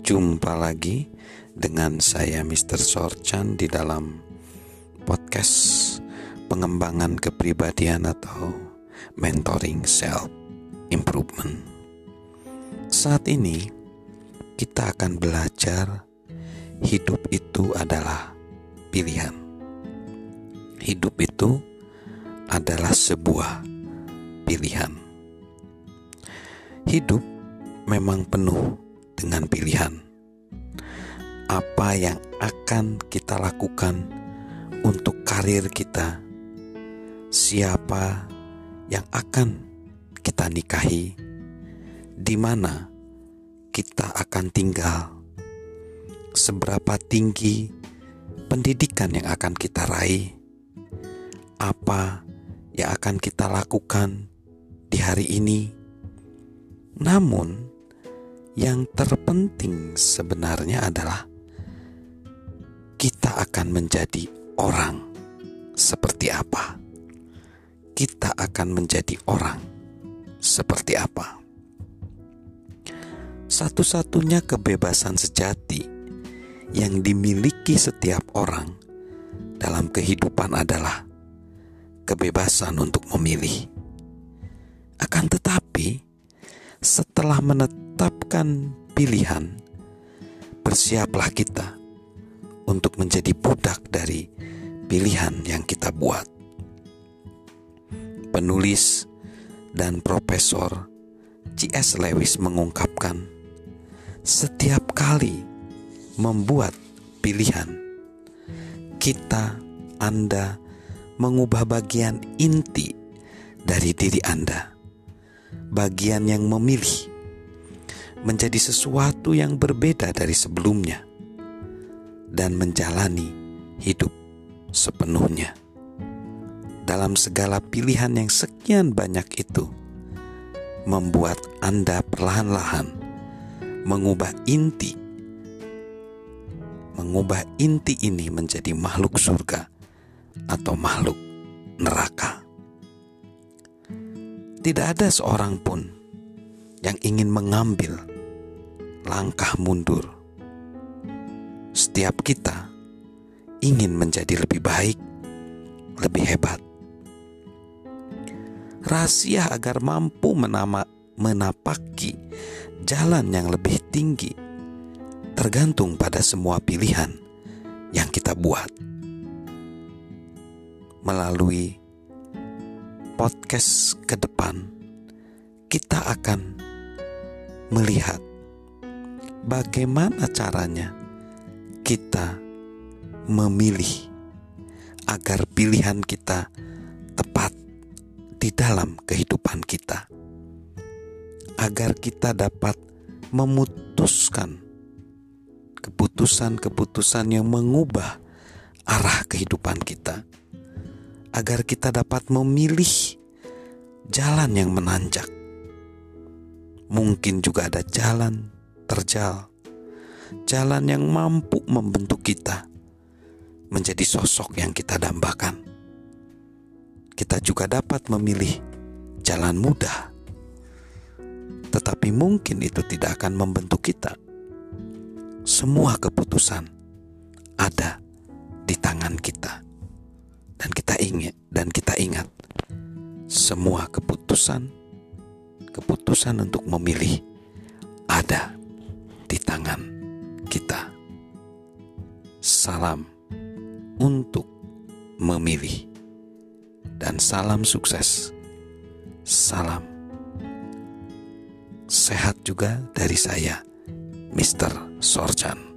Jumpa lagi dengan saya Mr. Sorchan di dalam podcast pengembangan kepribadian atau mentoring self improvement. Saat ini kita akan belajar hidup itu adalah pilihan. Hidup itu adalah sebuah pilihan. Hidup memang penuh dengan pilihan. Apa yang akan kita lakukan untuk karir kita, siapa yang akan kita nikahi, di mana kita akan tinggal, seberapa tinggi pendidikan yang akan kita raih, apa yang akan kita lakukan di hari ini. Namun, yang terpenting sebenarnya adalah kita akan menjadi orang seperti apa. Kita akan menjadi orang seperti apa. Satu-satunya kebebasan sejati yang dimiliki setiap orang dalam kehidupan adalah kebebasan untuk memilih. Akan tetapi, setelah menetapkan pilihan, bersiaplah kita untuk menjadi budak dari pilihan yang kita buat. Penulis dan Profesor C.S. Lewis mengungkapkan, setiap kali membuat pilihan, Anda mengubah bagian inti dari diri Anda. Bagian yang memilih menjadi sesuatu yang berbeda dari sebelumnya dan menjalani hidup sepenuhnya. Dalam segala pilihan yang sekian banyak itu, membuat Anda perlahan-lahan mengubah inti ini menjadi makhluk surga atau makhluk neraka. Tidak ada seorang pun yang ingin mengambil langkah mundur. Setiap kita ingin menjadi lebih baik, lebih hebat. Rahasia agar mampu menapaki jalan yang lebih tinggi tergantung pada semua pilihan yang kita buat. Melalui podcast ke depan, kita akan melihat bagaimana caranya kita memilih agar pilihan kita tepat di dalam kehidupan kita, agar kita dapat memutuskan keputusan-keputusan yang mengubah arah kehidupan kita, agar kita dapat memilih jalan yang menanjak. Mungkin juga ada jalan terjal, jalan yang mampu membentuk kita menjadi sosok yang kita dambakan. Kita juga dapat memilih jalan mudah, tetapi mungkin itu tidak akan membentuk kita. Semua keputusan ada di tangan kita. Dan kita ingat, semua keputusan untuk memilih ada di tangan kita. Salam untuk memilih dan salam sukses. Salam sehat juga dari saya, Mr. Sorchan.